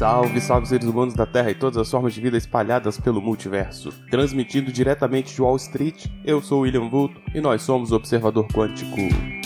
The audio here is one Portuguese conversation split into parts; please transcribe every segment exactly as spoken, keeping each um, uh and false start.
Salve, salve seres humanos da Terra e todas as formas de vida espalhadas pelo multiverso. Transmitindo diretamente de Wall Street, eu sou o William Vulto e nós somos o Observador Quântico.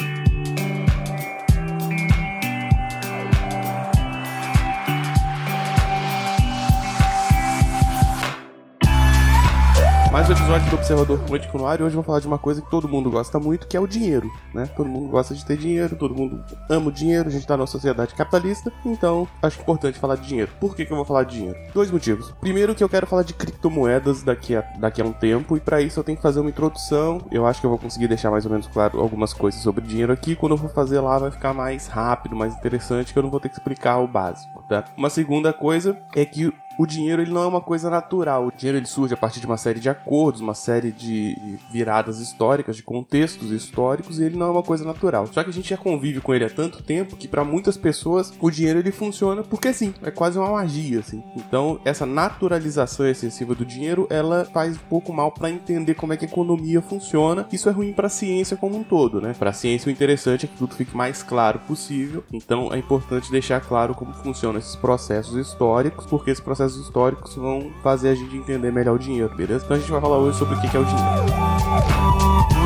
Mais um episódio do Observador Quântico no ar e hoje eu vou falar de uma coisa que todo mundo gosta muito, que é o dinheiro, né? Todo mundo gosta de ter dinheiro, todo mundo ama o dinheiro, a gente tá numa sociedade capitalista, então acho importante falar de dinheiro. Por que que eu vou falar de dinheiro? Dois motivos. Primeiro que eu quero falar de criptomoedas daqui a, daqui a um tempo e pra isso eu tenho que fazer uma introdução. Eu acho que eu vou conseguir deixar mais ou menos claro algumas coisas sobre dinheiro aqui. Quando eu for fazer lá vai ficar mais rápido, mais interessante, que eu não vou ter que explicar o básico, tá? Uma segunda coisa é que o dinheiro ele não é uma coisa natural. O dinheiro ele surge a partir de uma série de acordos, uma série de viradas históricas, de contextos históricos, e ele não é uma coisa natural. Só que a gente já convive com ele há tanto tempo que para muitas pessoas o dinheiro ele funciona porque sim, é quase uma magia, assim. Então essa naturalização excessiva do dinheiro, ela faz um pouco mal para entender como é que a economia funciona. Isso é ruim para a ciência como um todo, né? Para a ciência o interessante é que tudo fique mais claro possível. Então é importante deixar claro como funcionam esses processos históricos, porque esses processos históricos vão fazer a gente entender melhor o dinheiro, beleza? Então a gente vai falar hoje sobre o que é o dinheiro.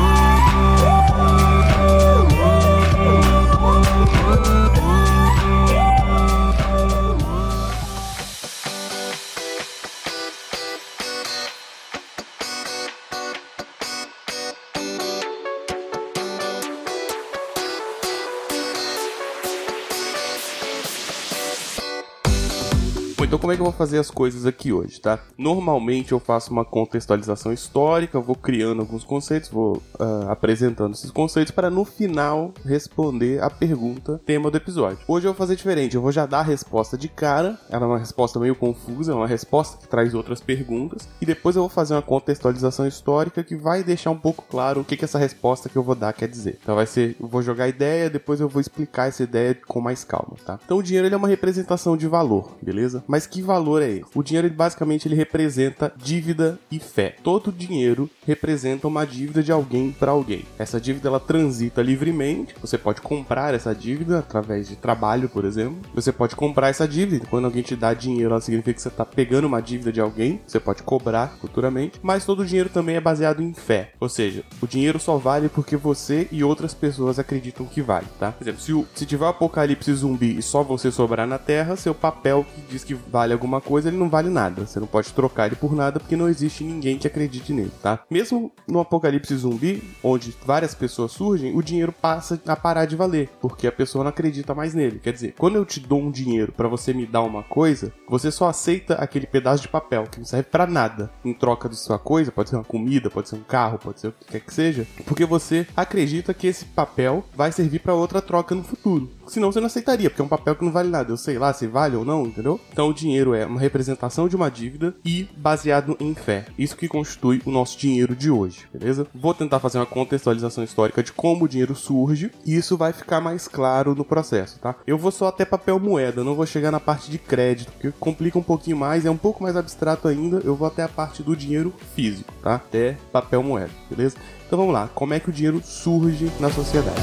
Então como é que eu vou fazer as coisas aqui hoje, tá? Normalmente eu faço uma contextualização histórica, vou criando alguns conceitos, vou uh, apresentando esses conceitos para no final responder a pergunta tema do episódio. Hoje eu vou fazer diferente, eu vou já dar a resposta de cara, ela é uma resposta meio confusa, é uma resposta que traz outras perguntas, e depois eu vou fazer uma contextualização histórica que vai deixar um pouco claro o que que essa resposta que eu vou dar quer dizer. Então vai ser, eu vou jogar a ideia, depois eu vou explicar essa ideia com mais calma, tá? Então o dinheiro ele é uma representação de valor, beleza? Mas que valor é esse? O dinheiro, ele, basicamente, ele representa dívida e fé. Todo dinheiro representa uma dívida de alguém para alguém. Essa dívida, ela transita livremente. Você pode comprar essa dívida através de trabalho, por exemplo. Você pode comprar essa dívida. Quando alguém te dá dinheiro, ela significa que você está pegando uma dívida de alguém. Você pode cobrar futuramente. Mas todo dinheiro também é baseado em fé. Ou seja, o dinheiro só vale porque você e outras pessoas acreditam que vale, tá? Por exemplo, se, o, se tiver um apocalipse zumbi e só você sobrar na Terra, seu papel que diz que vale alguma coisa, ele não vale nada. Você não pode trocar ele por nada porque não existe ninguém que acredite nele, tá? Mesmo no apocalipse zumbi, onde várias pessoas surgem, o dinheiro passa a parar de valer, porque a pessoa não acredita mais nele. Quer dizer, quando eu te dou um dinheiro pra você me dar uma coisa, você só aceita aquele pedaço de papel que não serve pra nada em troca da sua coisa, pode ser uma comida, pode ser um carro, pode ser o que quer que seja, porque você acredita que esse papel vai servir pra outra troca no futuro. Senão você não aceitaria, porque é um papel que não vale nada. Eu sei lá se vale ou não, entendeu? Então o dinheiro é uma representação de uma dívida e baseado em fé. Isso que constitui o nosso dinheiro de hoje, beleza? Vou tentar fazer uma contextualização histórica de como o dinheiro surge e isso vai ficar mais claro no processo, tá? Eu vou só até papel moeda, não vou chegar na parte de crédito, porque complica um pouquinho mais, é um pouco mais abstrato ainda. Eu vou até a parte do dinheiro físico, tá? Até papel moeda, beleza? Então vamos lá, como é que o dinheiro surge na sociedade?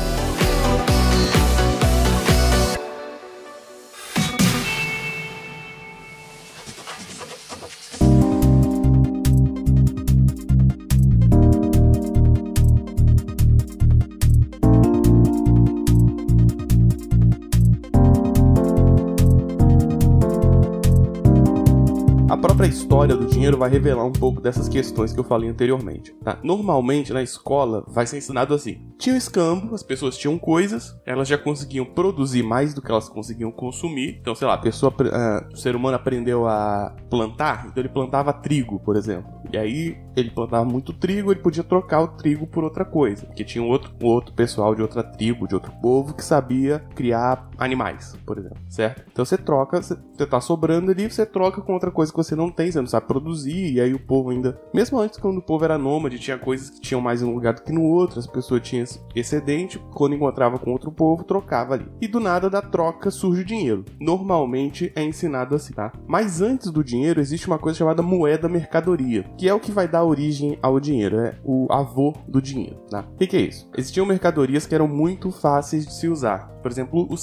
A própria história do dinheiro vai revelar um pouco dessas questões que eu falei anteriormente, tá? Normalmente, na escola, vai ser ensinado assim. Tinha o escambo, as pessoas tinham coisas, elas já conseguiam produzir mais do que elas conseguiam consumir. Então, sei lá, a pessoa, uh, o ser humano aprendeu a plantar, então ele plantava trigo, por exemplo. E aí, ele plantava muito trigo, ele podia trocar o trigo por outra coisa. Porque tinha um outro, um outro pessoal de outra tribo, de outro povo, que sabia criar animais, por exemplo, certo? Então você troca, você, você tá sobrando ali, você troca com outra coisa que você não tem, você não sabe produzir, e aí o povo ainda... Mesmo antes, quando o povo era nômade, tinha coisas que tinham mais em um lugar do que no outro, as pessoas tinham excedente, quando encontrava com outro povo, trocava ali. E do nada da troca surge o dinheiro. Normalmente é ensinado assim, tá? Mas antes do dinheiro, existe uma coisa chamada moeda mercadoria, que é o que vai dar origem ao dinheiro, é o avô do dinheiro, tá? O que, que é isso? Existiam mercadorias que eram muito fáceis de se usar. Por exemplo, o sal.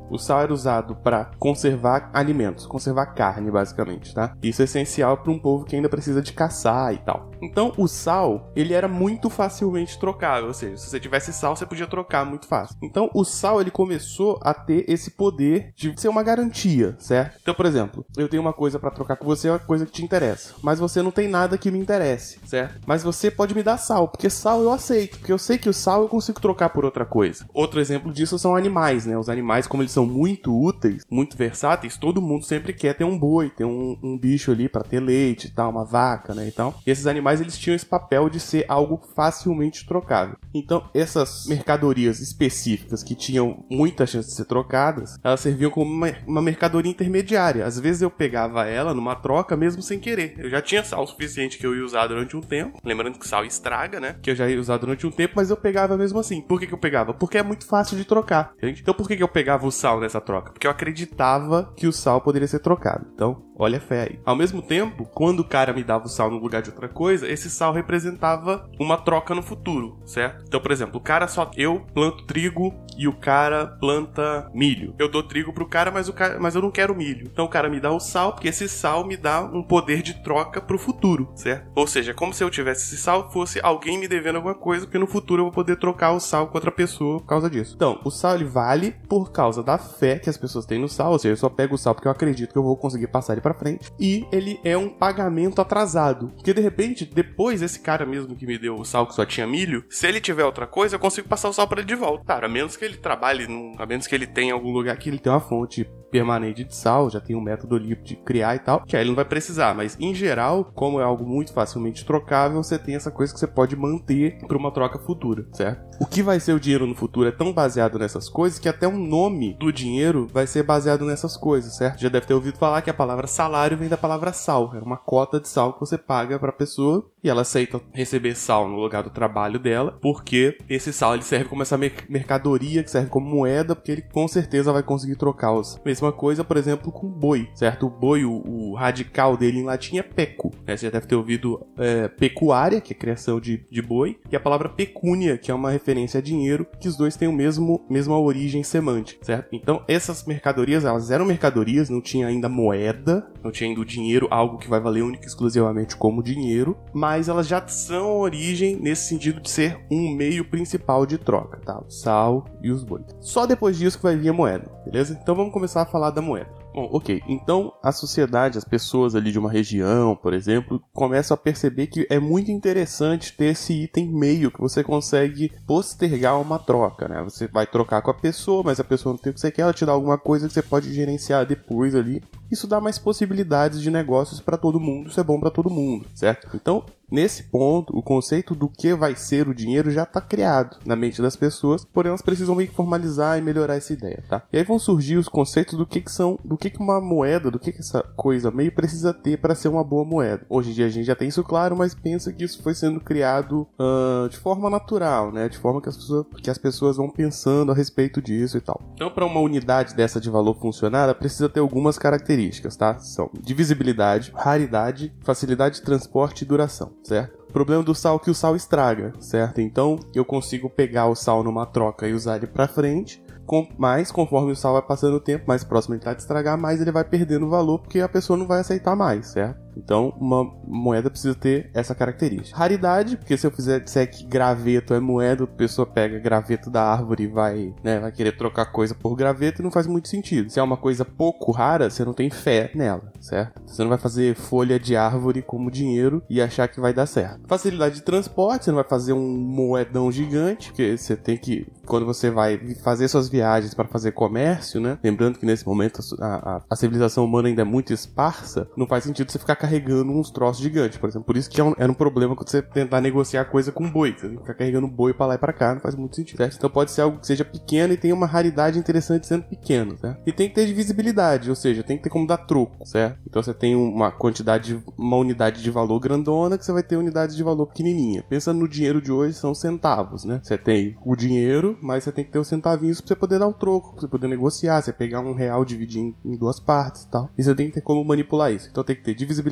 O sal era usado para conservar alimentos, conservar carne, basicamente, tá? Isso é essencial para um povo que ainda precisa de caçar e tal. Então, o sal, ele era muito facilmente trocável, ou seja, se você tivesse sal, você podia trocar muito fácil. Então, o sal, ele começou a ter esse poder de ser uma garantia, certo? Então, por exemplo, eu tenho uma coisa para trocar com você, uma coisa que te interessa, mas você não tem nada que me interesse, certo? Mas você pode me dar sal, porque sal eu aceito, porque eu sei que o sal eu consigo trocar por outra coisa. Outro exemplo disso são animais, né? Os animais, como eles são muito úteis, muito versáteis, todo mundo sempre quer ter um boi, ter um, um bicho ali para ter leite e tal, uma vaca, né, e tal. E esses animais, eles tinham esse papel de ser algo facilmente trocável. Então, essas mercadorias específicas que tinham muita chance de ser trocadas, elas serviam como uma, uma mercadoria intermediária. Às vezes eu pegava ela numa troca mesmo sem querer. Eu já tinha sal suficiente que eu ia usar durante um tempo, lembrando que sal estraga, né, que eu já ia usar durante um tempo, mas eu pegava mesmo assim. Por que que eu pegava? Porque é muito fácil de trocar, entende? Então por que que eu pegava o sal nessa troca? Porque eu acreditava que o sal poderia ser trocado. Então, olha a fé aí. Ao mesmo tempo, quando o cara me dava o sal no lugar de outra coisa, esse sal representava uma troca no futuro, certo? Então, por exemplo, o cara só... Eu planto trigo e o cara planta milho. Eu dou trigo pro cara, mas, o cara, mas eu não quero milho. Então o cara me dá o sal, porque esse sal me dá um poder de troca pro futuro, certo? Ou seja, é como se eu tivesse esse sal, fosse alguém me devendo alguma coisa, porque no futuro eu vou poder trocar o sal com outra pessoa por causa disso. Então, o sal, ele vale por causa da fé que as pessoas têm no sal, ou seja, eu só pego o sal porque eu acredito que eu vou conseguir passar ele pra frente, e ele é um pagamento atrasado, porque de repente, depois esse cara mesmo que me deu o sal que só tinha milho, se ele tiver outra coisa, eu consigo passar o sal pra ele de volta. Cara, a menos que ele trabalhe, num, a menos que ele tenha algum lugar que ele tenha uma fonte permanente de sal, já tem um método ali de criar e tal, que aí ele não vai precisar, mas em geral, como é algo muito facilmente trocável, você tem essa coisa que você pode manter para uma troca futura, certo? O que vai ser o dinheiro no futuro é tão baseado nessas coisas que até o nome do dinheiro vai ser baseado nessas coisas, certo? Já deve ter ouvido falar que a palavra salário vem da palavra sal, é uma cota de sal que você paga para a pessoa e ela aceita receber sal no lugar do trabalho dela, porque esse sal ele serve como essa mercadoria que serve como moeda, porque ele com certeza vai conseguir trocá-los. Mesma coisa, por exemplo, com boi, certo? O boi, o, o radical dele em latim é peco, né? Você já deve ter ouvido é, pecuária, que é criação de, de boi, e a palavra pecúnia, que é uma referência a dinheiro, que os dois têm o mesmo, mesma origem semântica, certo? Então, essas mercadorias, elas eram mercadorias, não tinha ainda moeda, não tinha ainda o dinheiro, algo que vai valer única e exclusivamente como dinheiro, mas elas já são origem nesse sentido de ser um meio principal de troca, tá? O sal e os bois. Só depois disso que vai vir a moeda, beleza? Então vamos começar a falar da moeda. Bom, ok, então a sociedade, as pessoas ali de uma região, por exemplo, começam a perceber que é muito interessante ter esse item meio que você consegue postergar uma troca, né? Você vai trocar com a pessoa, mas a pessoa não tem o que você quer, ela te dá alguma coisa que você pode gerenciar depois ali. Isso dá mais possibilidades de negócios para todo mundo, isso é bom para todo mundo, certo? Então, nesse ponto, o conceito do que vai ser o dinheiro já está criado na mente das pessoas, porém elas precisam meio que formalizar e melhorar essa ideia, tá? E aí vão surgir os conceitos do que que são, do que que uma moeda, do que que essa coisa meio precisa ter para ser uma boa moeda. Hoje em dia a gente já tem isso claro, mas pensa que isso foi sendo criado uh, de forma natural, né? De forma que as, pessoas, que as pessoas vão pensando a respeito disso e tal. Então, para uma unidade dessa de valor funcionar, ela precisa ter algumas características, tá? São divisibilidade, raridade, facilidade de transporte e duração, certo? O problema do sal é que o sal estraga, certo? Então, eu consigo pegar o sal numa troca e usar ele pra frente, com, mas conforme o sal vai passando o tempo, mais próximo ele tá de estragar, mais ele vai perdendo valor, porque a pessoa não vai aceitar mais, certo? Então, uma moeda precisa ter essa característica. Raridade, porque se eu fizer disser que graveto é moeda, a pessoa pega graveto da árvore e vai, né, vai querer trocar coisa por graveto e não faz muito sentido. Se é uma coisa pouco rara, você não tem fé nela, certo? Você não vai fazer folha de árvore como dinheiro e achar que vai dar certo. Facilidade de transporte, você não vai fazer um moedão gigante, porque você tem que, quando você vai fazer suas viagens para fazer comércio, né? Lembrando que nesse momento a, a, a civilização humana ainda é muito esparsa, não faz sentido você ficar carregando uns troços gigantes, por exemplo. Por isso que é um, era um problema quando você tentar negociar coisa com boi. Você tem que ficar carregando boi pra lá e pra cá, não faz muito sentido, certo? Então pode ser algo que seja pequeno e tenha uma raridade interessante sendo pequeno, certo? E tem que ter divisibilidade, ou seja, tem que ter como dar troco, certo? Então você tem uma quantidade, uma unidade de valor grandona que você vai ter unidades de valor pequenininha. Pensa no dinheiro de hoje, são centavos, né? Você tem o dinheiro, mas você tem que ter os centavinhos pra você poder dar o troco, pra você poder negociar, você pegar um real, dividir em, em duas partes e tal. E você tem que ter como manipular isso. Então tem que ter divisibilidade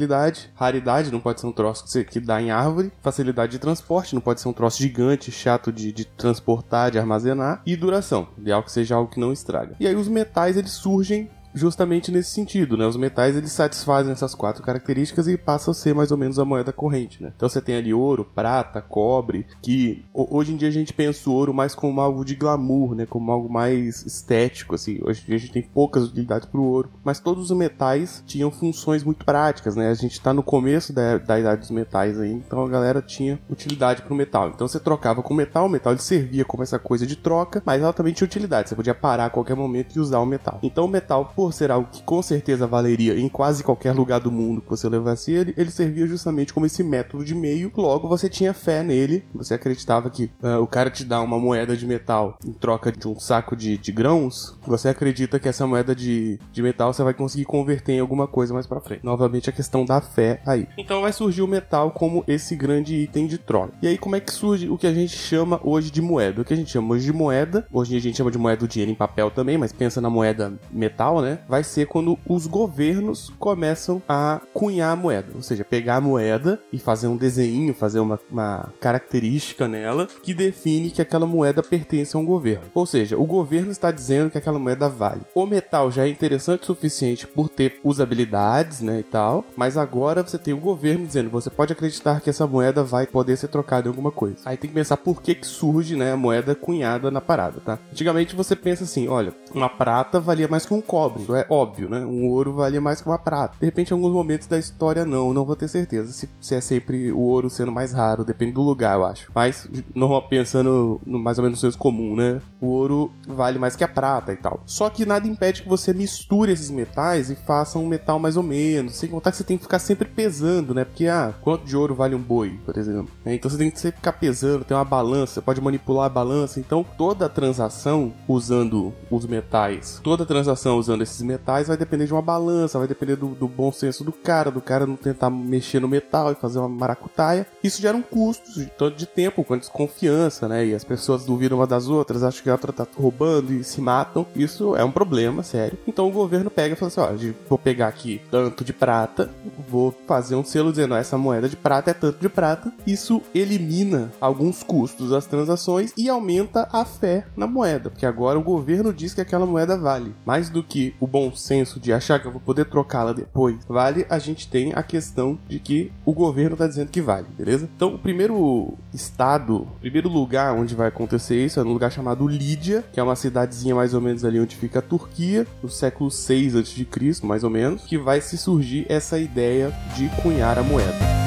usabilidade. Raridade não pode ser um troço que, você, que dá em árvore. Facilidade de transporte, não pode ser um troço gigante, chato de, de transportar, de armazenar. E duração, ideal que seja algo que não estraga. E aí os metais, eles surgem justamente nesse sentido, né? Os metais, eles satisfazem essas quatro características e passam a ser mais ou menos a moeda corrente, né? Então você tem ali ouro, prata, cobre, que hoje em dia a gente pensa o ouro mais como algo de glamour, né? Como algo mais estético, assim. Hoje em dia a gente tem poucas utilidades pro ouro, mas todos os metais tinham funções muito práticas, né? A gente tá no começo da, da idade dos metais aí, então a galera tinha utilidade pro metal. Então você trocava com o metal, o metal ele servia como essa coisa de troca, mas ela também tinha utilidade. Você podia parar a qualquer momento e usar o metal. Então o metal, por ser algo que com certeza valeria em quase qualquer lugar do mundo que você levasse ele, ele servia justamente como esse método de meio. Logo, você tinha fé nele, você acreditava que uh, o cara te dá uma moeda de metal em troca de um saco de, de grãos, você acredita que essa moeda de, de metal você vai conseguir converter em alguma coisa mais pra frente. Novamente, a questão da fé aí. Então vai surgir o metal como esse grande item de troca. E aí, como é que surge o que a gente chama hoje de moeda? O que a gente chama hoje de moeda, hoje a gente chama de moeda do dinheiro em papel também, mas pensa na moeda metal, né? Vai ser quando os governos começam a cunhar a moeda, ou seja, pegar a moeda e fazer um desenho, fazer uma, uma característica nela que define que aquela moeda pertence a um governo. Ou seja, o governo está dizendo que aquela moeda vale. O metal já é interessante o suficiente por ter usabilidades, né, e tal, mas agora você tem o governo dizendo, você pode acreditar que essa moeda vai poder ser trocada em alguma coisa. Aí tem que pensar por que que surge, né, a moeda cunhada na parada, tá? Antigamente você pensa assim, olha, uma prata valia mais que um cobre, isso é óbvio, né? Um ouro valia mais que uma prata. De repente, em alguns momentos da história, não. Não vou ter certeza se, se é sempre o ouro sendo mais raro. Depende do lugar, eu acho. Mas, normal, pensando no, mais ou menos no senso comum, né? O ouro vale mais que a prata e tal. Só que nada impede que você misture esses metais e faça um metal mais ou menos. Sem contar que você tem que ficar sempre pesando, né? Porque, ah, quanto de ouro vale um boi, por exemplo? Então, você tem que sempre ficar pesando. Tem uma balança. Você pode manipular a balança. Então, toda transação usando os metais, toda transação usando esses metais vai depender de uma balança, vai depender do, do bom senso do cara, do cara não tentar mexer no metal e fazer uma maracutaia. Isso gera um custo de tanto de tempo, com desconfiança, né? E as pessoas duvidam uma das outras, acham que a outra tá roubando e se matam. Isso é um problema, sério. Então o governo pega e fala assim, ó, vou pegar aqui tanto de prata, vou fazer um selo dizendo, ó, essa moeda de prata é tanto de prata. Isso elimina alguns custos das transações e aumenta a fé na moeda, porque agora o governo diz que aquela moeda vale. Mais do que o bom senso de achar que eu vou poder trocá-la depois vale, a gente tem a questão de que o governo tá dizendo que vale, beleza? Então, o primeiro estado, o primeiro lugar onde vai acontecer isso é num lugar chamado Lídia, que é uma cidadezinha mais ou menos ali onde fica a Turquia, no século seis antes de Cristo, mais ou menos, que vai se surgir essa ideia de cunhar a moeda.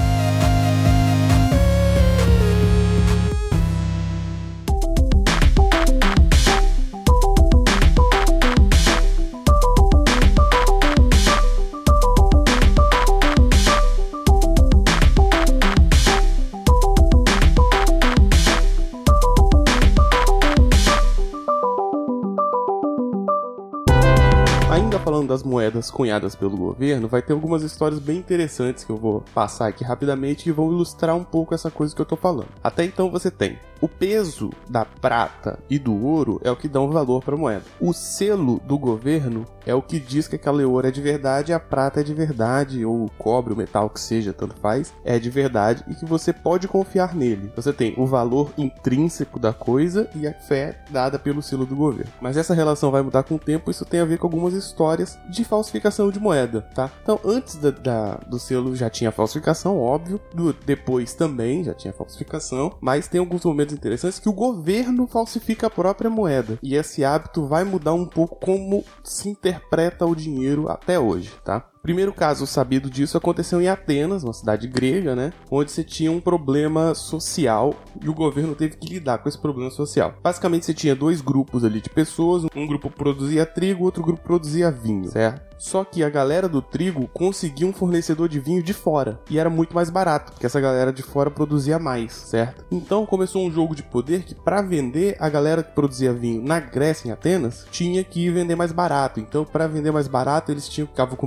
Ainda falando das moedas cunhadas pelo governo, vai ter algumas histórias bem interessantes que eu vou passar aqui rapidamente que vão ilustrar um pouco essa coisa que eu tô falando. Até então você tem o peso da prata e do ouro é o que dão valor para a moeda. O selo do governo é o que diz que aquele ouro é de verdade, a prata é de verdade, ou o cobre, o metal que seja, tanto faz, é de verdade e que você pode confiar nele. Você tem o valor intrínseco da coisa e a fé dada pelo selo do governo. Mas essa relação vai mudar com o tempo, isso tem a ver com algumas histórias de falsificação de moeda, tá? Então, antes da, da, do selo já tinha falsificação, óbvio, do, depois também já tinha falsificação, mas tem alguns momentos interessantes que o governo falsifica a própria moeda, e esse hábito vai mudar um pouco como se interpreta o dinheiro até hoje, tá? O primeiro caso sabido disso aconteceu em Atenas, uma cidade grega, né? Onde você tinha um problema social e o governo teve que lidar com esse problema social. Basicamente, você tinha dois grupos ali de pessoas, um grupo produzia trigo, outro grupo produzia vinho, certo? Só que a galera do trigo conseguia um fornecedor de vinho de fora, e era muito mais barato, porque essa galera de fora produzia mais, certo? Então começou um jogo de poder que, para vender, a galera que produzia vinho na Grécia, em Atenas, tinha que vender mais barato. Então, para vender mais barato, eles tinham, ficavam com menos dinheiro,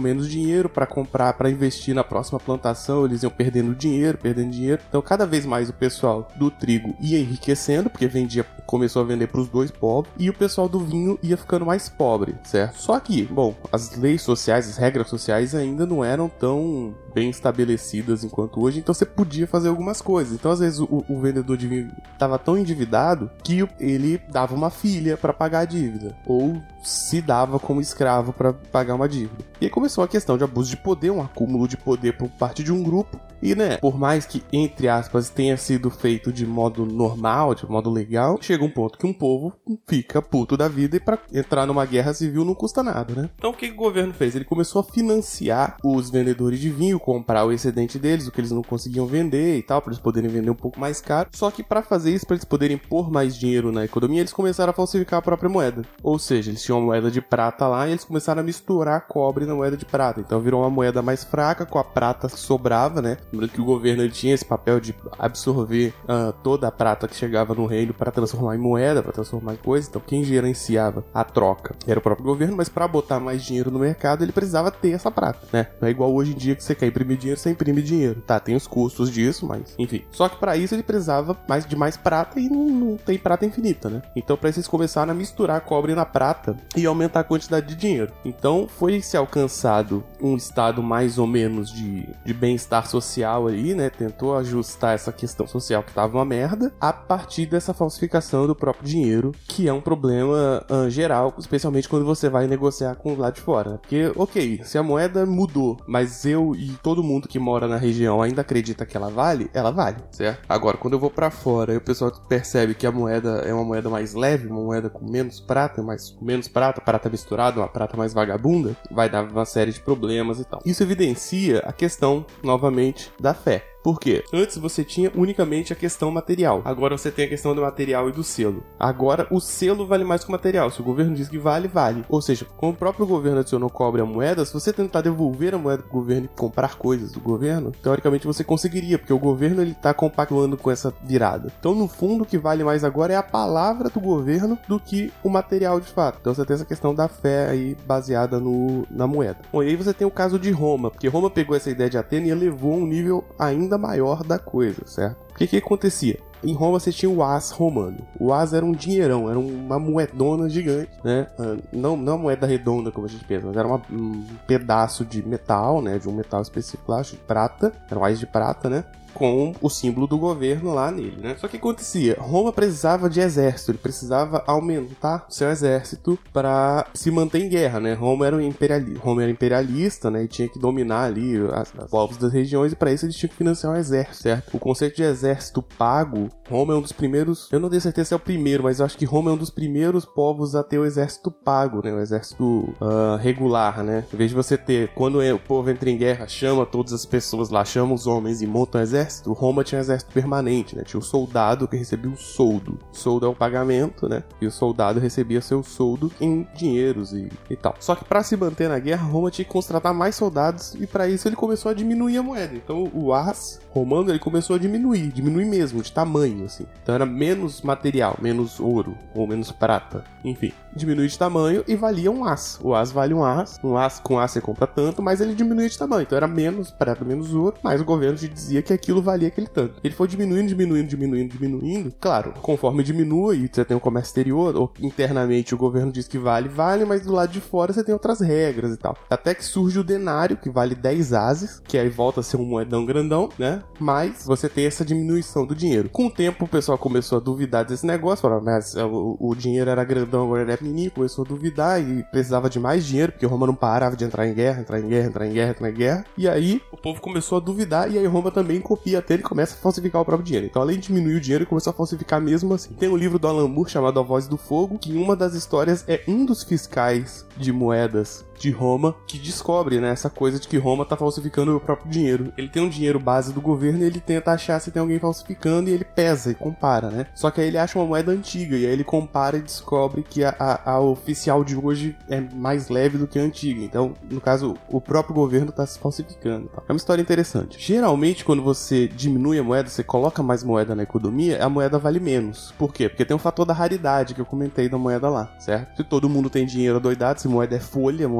dinheiro para comprar, para investir na próxima plantação, eles iam perdendo dinheiro, perdendo dinheiro. Então, cada vez mais o pessoal do trigo ia enriquecendo, porque vendia, começou a vender para os dois povos, e o pessoal do vinho ia ficando mais pobre, certo? Só que, bom, as leis sociais, as regras sociais ainda não eram tão bem estabelecidas enquanto hoje, então você podia fazer algumas coisas. Então, às vezes, o, o vendedor de vinho estava tão endividado que ele dava uma filha para pagar a dívida, ou se dava como escravo para pagar uma dívida. E aí começou a questão de abuso de poder, um acúmulo de poder por parte de um grupo. E, né, por mais que, entre aspas, tenha sido feito de modo normal, de modo legal, chega um ponto que um povo fica puto da vida e pra entrar numa guerra civil não custa nada, né? Então o que, que o governo fez? Ele começou a financiar os vendedores de vinho, comprar o excedente deles, o que eles não conseguiam vender e tal, para eles poderem vender um pouco mais caro. Só que para fazer isso, para eles poderem pôr mais dinheiro na economia, eles começaram a falsificar a própria moeda. Ou seja, eles tinham uma moeda de prata lá e eles começaram a misturar cobre na moeda de prata. Então virou uma moeda mais fraca, com a prata que sobrava, né? Lembrando que o governo ele tinha esse papel de absorver uh, toda a prata que chegava no reino para transformar em moeda, para transformar em coisa. Então quem gerenciava a troca era o próprio governo, mas para botar mais dinheiro no mercado ele precisava ter essa prata, né? Não é igual hoje em dia que você quer imprimir dinheiro, você imprime dinheiro. Tá, tem os custos disso, mas enfim. Só que para isso ele precisava mais de mais prata e não, não tem prata infinita, né? Então para isso eles começaram a misturar cobre na prata e aumentar a quantidade de dinheiro. Então foi se alcançado um estado mais ou menos de, de bem-estar social aí, né? Tentou ajustar essa questão social que tava uma merda a partir dessa falsificação do próprio dinheiro, que é um problema uh, geral, especialmente quando você vai negociar com o lado de fora, né? Porque, ok, se a moeda mudou, mas eu e todo mundo que mora na região ainda acredita que ela vale, ela vale, certo? Agora, quando eu vou pra fora e o pessoal percebe que a moeda é uma moeda mais leve, uma moeda com menos prata, mais, menos prata, prata misturada, uma prata mais vagabunda, vai dar uma série de problemas e tal. Isso evidencia a questão, novamente, da fé. Por quê? Antes você tinha unicamente a questão material. Agora você tem a questão do material e do selo. Agora o selo vale mais que o material. Se o governo diz que vale, vale. Ou seja, como o próprio governo adicionou cobre à moeda, se você tentar devolver a moeda pro governo e comprar coisas do governo, teoricamente você conseguiria, porque o governo ele tá compactuando com essa virada. Então, no fundo, o que vale mais agora é a palavra do governo do que o material de fato. Então você tem essa questão da fé aí baseada no, na moeda. Bom, e aí você tem o caso de Roma, porque Roma pegou essa ideia de Atena e elevou um nível ainda maior da coisa, certo? O que que acontecia? Em Roma você tinha o as romano. O as era um dinheirão, era uma moedona gigante, né? Não, não uma moeda redonda como a gente pensa, mas era uma, um pedaço de metal, né? De um metal específico lá, de prata, era um ás de prata, né? Com o símbolo do governo lá nele, né? Só que o que acontecia? Roma precisava de exército, ele precisava aumentar o seu exército para se manter em guerra, né? Roma era, um imperiali- Roma era imperialista, né? E tinha que dominar ali as, as povos das regiões, e para isso eles tinham que financiar um exército, certo? O conceito de exército pago, Roma é um dos primeiros, eu não tenho certeza se é o primeiro, mas eu acho que Roma é um dos primeiros povos a ter o exército pago, né? O exército uh, regular, né? Em vez de você ter, quando o povo entra em guerra, chama todas as pessoas lá, chama os homens e monta um exército. Roma tinha um exército permanente, né? Tinha o soldado que recebia o soldo. Soldo é o pagamento, né? E o soldado recebia seu soldo em dinheiros e, e tal. Só que para se manter na guerra, Roma tinha que contratar mais soldados e para isso ele começou a diminuir a moeda. Então o as romano ele começou a diminuir, diminuir mesmo, de tamanho, assim. Então era menos material, menos ouro ou menos prata, enfim. Diminui de tamanho e valia um as. O as vale um as. Um as com as você compra tanto, mas ele diminuía de tamanho. Então era menos prata, menos ouro, mas o governo te dizia que aquilo valia aquele tanto. Ele foi diminuindo, diminuindo, diminuindo, diminuindo. Claro, conforme diminua e você tem um comércio exterior, ou internamente o governo diz que vale, vale, mas do lado de fora você tem outras regras e tal. Até que surge o denário, que vale dez ases, que aí volta a ser um moedão grandão, né? Mas você tem essa diminuição do dinheiro. Com o tempo o pessoal começou a duvidar desse negócio, falava, mas o, o dinheiro era grandão, agora ele é pequenininho, começou a duvidar e precisava de mais dinheiro, porque Roma não parava de entrar em guerra, entrar em guerra, entrar em guerra, entrar em guerra. E aí o povo começou a duvidar e aí Roma também copia até ele começa a falsificar o próprio dinheiro. Então, além de diminuir o dinheiro, ele começou a falsificar mesmo assim. Tem um livro do Alan Moore chamado A Voz do Fogo, que em uma das histórias é um dos fiscais de moedas de Roma que descobre, né, essa coisa de que Roma tá falsificando o próprio dinheiro. Ele tem um dinheiro base do governo e ele tenta achar se tem alguém falsificando e ele pesa e compara, né? Só que aí ele acha uma moeda antiga e aí ele compara e descobre que a, a, a oficial de hoje é mais leve do que a antiga. Então, no caso, o próprio governo tá se falsificando. Tá? É uma história interessante. Geralmente, quando você diminui a moeda, você coloca mais moeda na economia, a moeda vale menos. Por quê? Porque tem um fator da raridade que eu comentei da moeda lá, certo? Se todo mundo tem dinheiro adoidado, se moeda é folha, moeda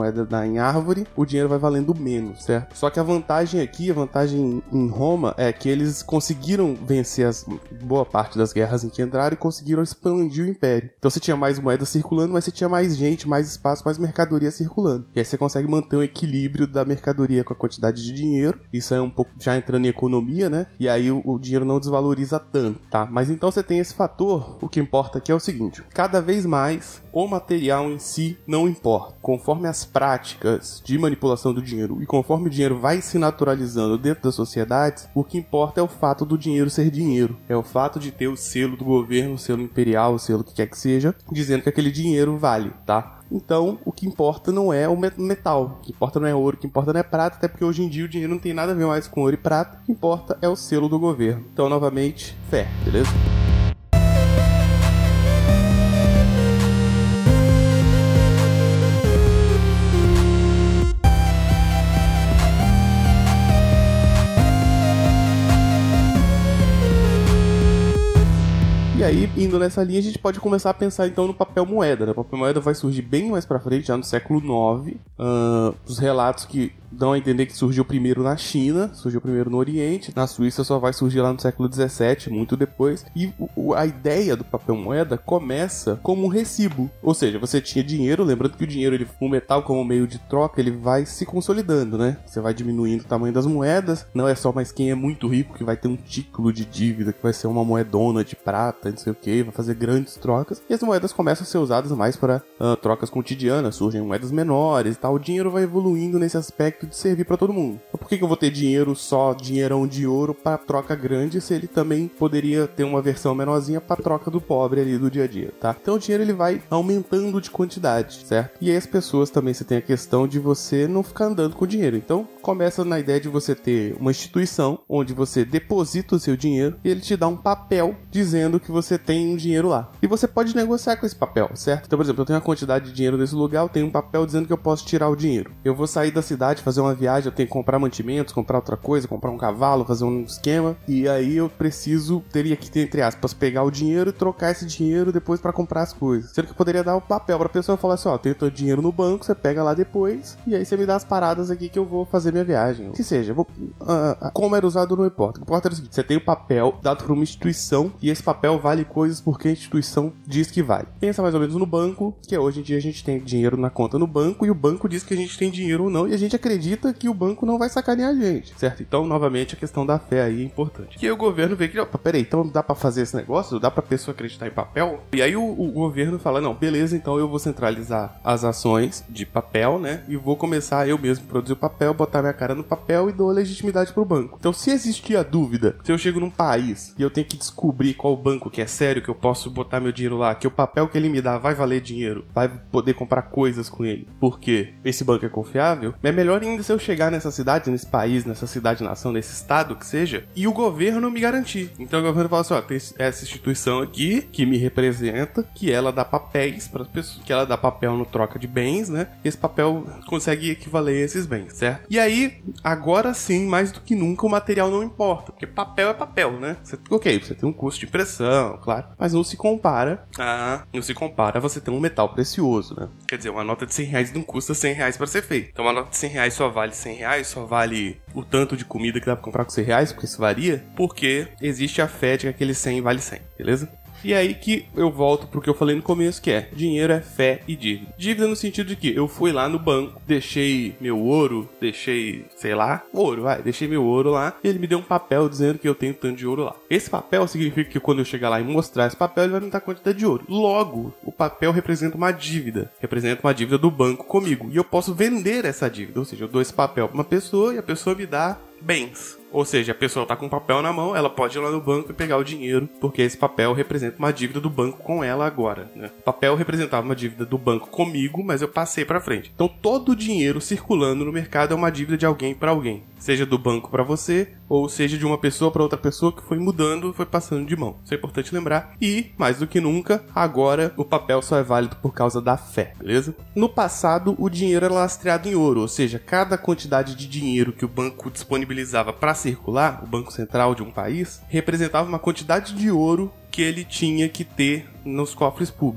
moeda dá em árvore, o dinheiro vai valendo menos, certo? Só que a vantagem aqui, a vantagem em Roma é que eles conseguiram vencer as, boa parte das guerras em que entraram e conseguiram expandir o império. Então você tinha mais moedas circulando, mas você tinha mais gente, mais espaço, mais mercadoria circulando. E aí você consegue manter um equilíbrio da mercadoria com a quantidade de dinheiro. Isso é um pouco já entrando em economia, né? E aí o, o dinheiro não desvaloriza tanto, tá? Mas então você tem esse fator, o que importa aqui é o seguinte: cada vez mais o material em si não importa. Conforme as práticas de manipulação do dinheiro e conforme o dinheiro vai se naturalizando dentro das sociedades, o que importa é o fato do dinheiro ser dinheiro. É o fato de ter o selo do governo, o selo imperial, o selo que quer que seja, dizendo que aquele dinheiro vale, tá? Então, o que importa não é o metal, o que importa não é ouro, o que importa não é prata, até porque hoje em dia o dinheiro não tem nada a ver mais com ouro e prata, o que importa é o selo do governo. Então, novamente, fé, beleza? E aí, indo nessa linha, a gente pode começar a pensar então no papel moeda, né? O papel moeda vai surgir bem mais pra frente, já no século nove. Uh, os relatos que dão a entender que surgiu primeiro na China, surgiu primeiro no Oriente, na Suíça só vai surgir lá no século dezessete, muito depois. E o, a ideia do papel moeda começa como um recibo, ou seja, você tinha dinheiro, lembrando que o dinheiro, ele, o metal como meio de troca, ele vai se consolidando, né? Você vai diminuindo o tamanho das moedas, não é só mais quem é muito rico que vai ter um título de dívida, que vai ser uma moedona de prata, não sei o que, vai fazer grandes trocas, e as moedas começam a ser usadas mais para uh, trocas cotidianas, surgem moedas menores e tal. O dinheiro vai evoluindo nesse aspecto de servir para todo mundo. Então, por que, que eu vou ter dinheiro só, dinheirão de ouro para troca grande, se ele também poderia ter uma versão menorzinha para troca do pobre ali do dia a dia, tá? Então o dinheiro, ele vai aumentando de quantidade, certo? E aí as pessoas também, você tem a questão de você não ficar andando com dinheiro. Então começa na ideia de você ter uma instituição onde você deposita o seu dinheiro e ele te dá um papel dizendo que você tem um dinheiro lá. E você pode negociar com esse papel, certo? Então, por exemplo, eu tenho uma quantidade de dinheiro nesse lugar, eu tenho um papel dizendo que eu posso tirar o dinheiro. Eu vou sair da cidade, fazer uma viagem, eu tenho que comprar mantimentos, comprar outra coisa, comprar um cavalo, fazer um esquema, e aí eu preciso, teria que, entre aspas, pegar o dinheiro e trocar esse dinheiro depois pra comprar as coisas. Sendo que eu poderia dar o papel pra pessoa e falar assim, ó, tem teu dinheiro no banco, você pega lá depois, e aí você me dá as paradas aqui que eu vou fazer minha viagem. Que seja, eu vou, uh, como era usado não importa. O que importa é o seguinte, você tem o papel dado por uma instituição, e esse papel vale coisas porque a instituição diz que vale. Pensa mais ou menos no banco, que hoje em dia a gente tem dinheiro na conta no banco, e o banco diz que a gente tem dinheiro ou não, e a gente acredita que o banco não vai sacanear a gente, certo? Então, novamente, a questão da fé aí é importante. Que aí o governo vê que, opa, peraí, então dá pra fazer esse negócio? Dá pra pessoa acreditar em papel? E aí o, o governo fala, não, beleza, então eu vou centralizar as ações de papel, né? E vou começar eu mesmo a produzir o papel, botar minha cara no papel e dou legitimidade pro banco. Então, se existir a dúvida, se eu chego num país e eu tenho que descobrir qual banco que é sério, que eu posso botar meu dinheiro lá, que o papel que ele me dá vai valer dinheiro, vai poder comprar coisas com ele, porque esse banco é confiável, é melhor ainda se eu chegar nessa cidade, nesse país, nessa cidade-nação, nesse estado que seja, e o governo me garantir. Então o governo fala assim, ó, tem essa instituição aqui que me representa, que ela dá papéis para as pessoas, que ela dá papel no troca de bens, né? E esse papel consegue equivaler a esses bens, certo? E aí, agora sim, mais do que nunca, o material não importa, porque papel é papel, né? Você, ok, você tem um custo de impressão, claro, mas não se compara a, não se compara a você ter um metal precioso, né? Quer dizer, uma nota de cem reais não custa cem reais para ser feita. Então uma nota de cem reais só vale cem reais, só vale o tanto de comida que dá pra comprar com cem reais, porque isso varia, porque existe a fé de que aquele cem vale cem, beleza? E aí que eu volto pro que eu falei no começo, que é dinheiro é fé e dívida. Dívida no sentido de que eu fui lá no banco, deixei meu ouro, deixei, sei lá, ouro, vai, deixei meu ouro lá, e ele me deu um papel dizendo que eu tenho tanto de ouro lá. Esse papel significa que quando eu chegar lá e mostrar esse papel, ele vai me dar quantidade de ouro. Logo, o papel representa uma dívida, representa uma dívida do banco comigo, e eu posso vender essa dívida, ou seja, eu dou esse papel pra uma pessoa e a pessoa me dá bens. Ou seja, a pessoa tá com um papel na mão, ela pode ir lá no banco e pegar o dinheiro, porque esse papel representa uma dívida do banco com ela agora, né? O papel representava uma dívida do banco comigo, mas eu passei pra frente. Então todo o dinheiro circulando no mercado é uma dívida de alguém pra alguém, seja do banco pra você, ou seja de uma pessoa pra outra pessoa que foi mudando, foi passando de mão. Isso é importante lembrar. E, mais do que nunca, agora o papel só é válido por causa da fé, beleza? No passado, o dinheiro era lastreado em ouro, ou seja, cada quantidade de dinheiro que o banco disponibilizava para circular, o Banco Central de um país, representava uma quantidade de ouro que ele tinha que ter nos cofres públicos.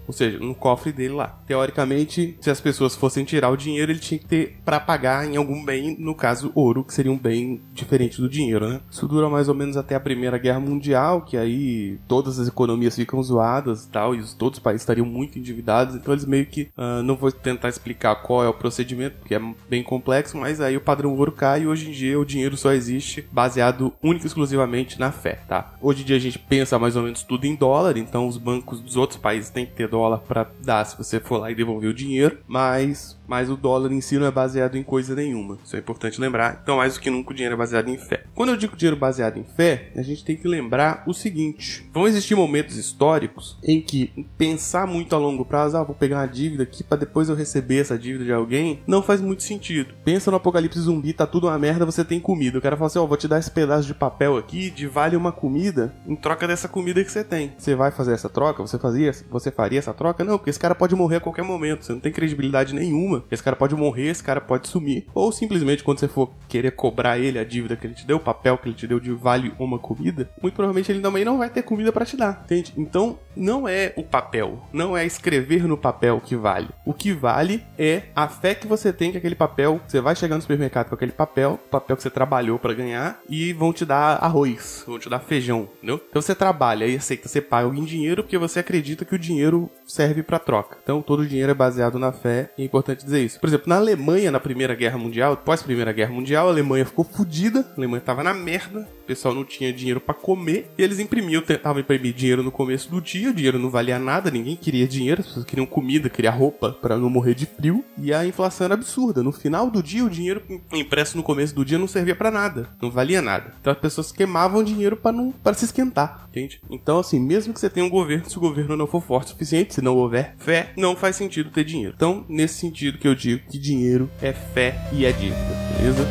ou seja, no cofre dele lá. Teoricamente, se as pessoas fossem tirar o dinheiro, ele tinha que ter pra pagar em algum bem, no caso ouro, que seria um bem diferente do dinheiro, né? Isso dura mais ou menos até a Primeira Guerra Mundial, que aí todas as economias ficam zoadas e tal, e todos os países estariam muito endividados, então eles meio que, uh, não vou tentar explicar qual é o procedimento, porque é bem complexo, mas aí o padrão ouro cai e hoje em dia o dinheiro só existe baseado única e exclusivamente na fé, tá? Hoje em dia a gente pensa mais ou menos tudo em dólar, então os bancos dos outros países têm que ter dólar pra dar se você for lá e devolver o dinheiro, mas, mas o dólar em si não é baseado em coisa nenhuma, isso é importante lembrar. Então mais do que nunca o dinheiro é baseado em fé. Quando eu digo dinheiro baseado em fé, a gente tem que lembrar o seguinte: vão existir momentos históricos em que pensar muito a longo prazo, ah, vou pegar uma dívida aqui pra depois eu receber essa dívida de alguém, não faz muito sentido. Pensa no apocalipse zumbi, tá tudo uma merda, você tem comida, o cara fala assim, ó, oh, vou te dar esse pedaço de papel aqui, de vale uma comida, em troca dessa comida que você tem. Você vai fazer essa troca? Você fazia, você faria essa troca? Não, porque esse cara pode morrer a qualquer momento, você não tem credibilidade nenhuma, esse cara pode morrer, esse cara pode sumir, ou simplesmente quando você for querer cobrar ele a dívida que ele te deu, o papel que ele te deu de vale uma comida, muito provavelmente ele também não vai ter comida pra te dar, entende? Então, não é o papel, não é escrever no papel que vale. O que vale é a fé que você tem que aquele papel, você vai chegar no supermercado com aquele papel, papel que você trabalhou pra ganhar, e vão te dar arroz, vão te dar feijão, entendeu? Então você trabalha e aceita, você paga alguém dinheiro porque você acredita que o dinheiro serve pra troca. Então todo o dinheiro é baseado na fé, e é importante dizer isso. Por exemplo, na Alemanha, na Primeira Guerra Mundial, pós Primeira Guerra Mundial, a Alemanha ficou fodida, a Alemanha tava na merda, o pessoal não tinha dinheiro pra comer, e eles imprimiam, tentavam imprimir dinheiro no começo do dia, o dinheiro não valia nada, ninguém queria dinheiro, as pessoas queriam comida, queriam roupa pra não morrer de frio, e a inflação era absurda. No final do dia, o dinheiro impresso no começo do dia não servia pra nada, não valia nada. Então as pessoas queimavam dinheiro pra, não, pra se esquentar, entende? Então assim, mesmo que você tenha um governo, se o governo não for forte o suficiente, se não houver fé, não faz sentido ter dinheiro. Então, nesse sentido que eu digo que dinheiro é fé e é dívida, beleza?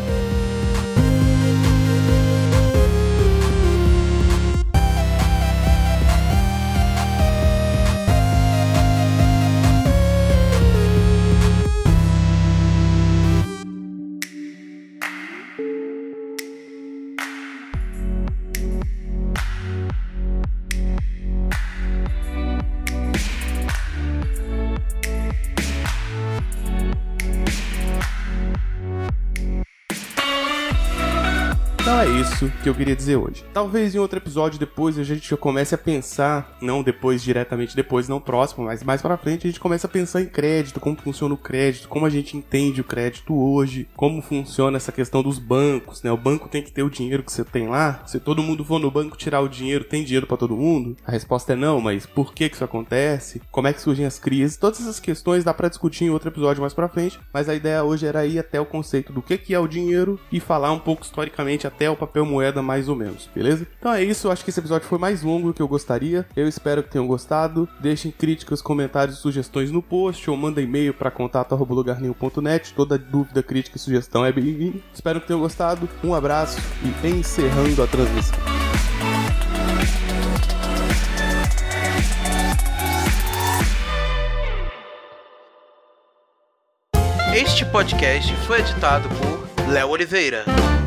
Então é isso que eu queria dizer hoje. Talvez em outro episódio depois a gente já comece a pensar, não depois, diretamente depois, não próximo, mas mais pra frente a gente começa a pensar em crédito, como funciona o crédito, como a gente entende o crédito hoje, como funciona essa questão dos bancos, né? O banco tem que ter o dinheiro que você tem lá. Se todo mundo for no banco tirar o dinheiro, tem dinheiro pra todo mundo? A resposta é não, mas por que que isso acontece? Como é que surgem as crises? Todas essas questões dá pra discutir em outro episódio mais pra frente, mas a ideia hoje era ir até o conceito do que que é o dinheiro e falar um pouco historicamente até o papel moeda mais ou menos, beleza? Então é isso, eu acho que esse episódio foi mais longo do que eu gostaria, eu espero que tenham gostado, deixem críticas, comentários e sugestões no post, ou mandem e-mail para contato arroba lugar nenhum ponto net, toda dúvida, crítica e sugestão é bem-vinda. Espero que tenham gostado, um abraço e encerrando a transmissão. Este podcast foi editado por Léo Oliveira.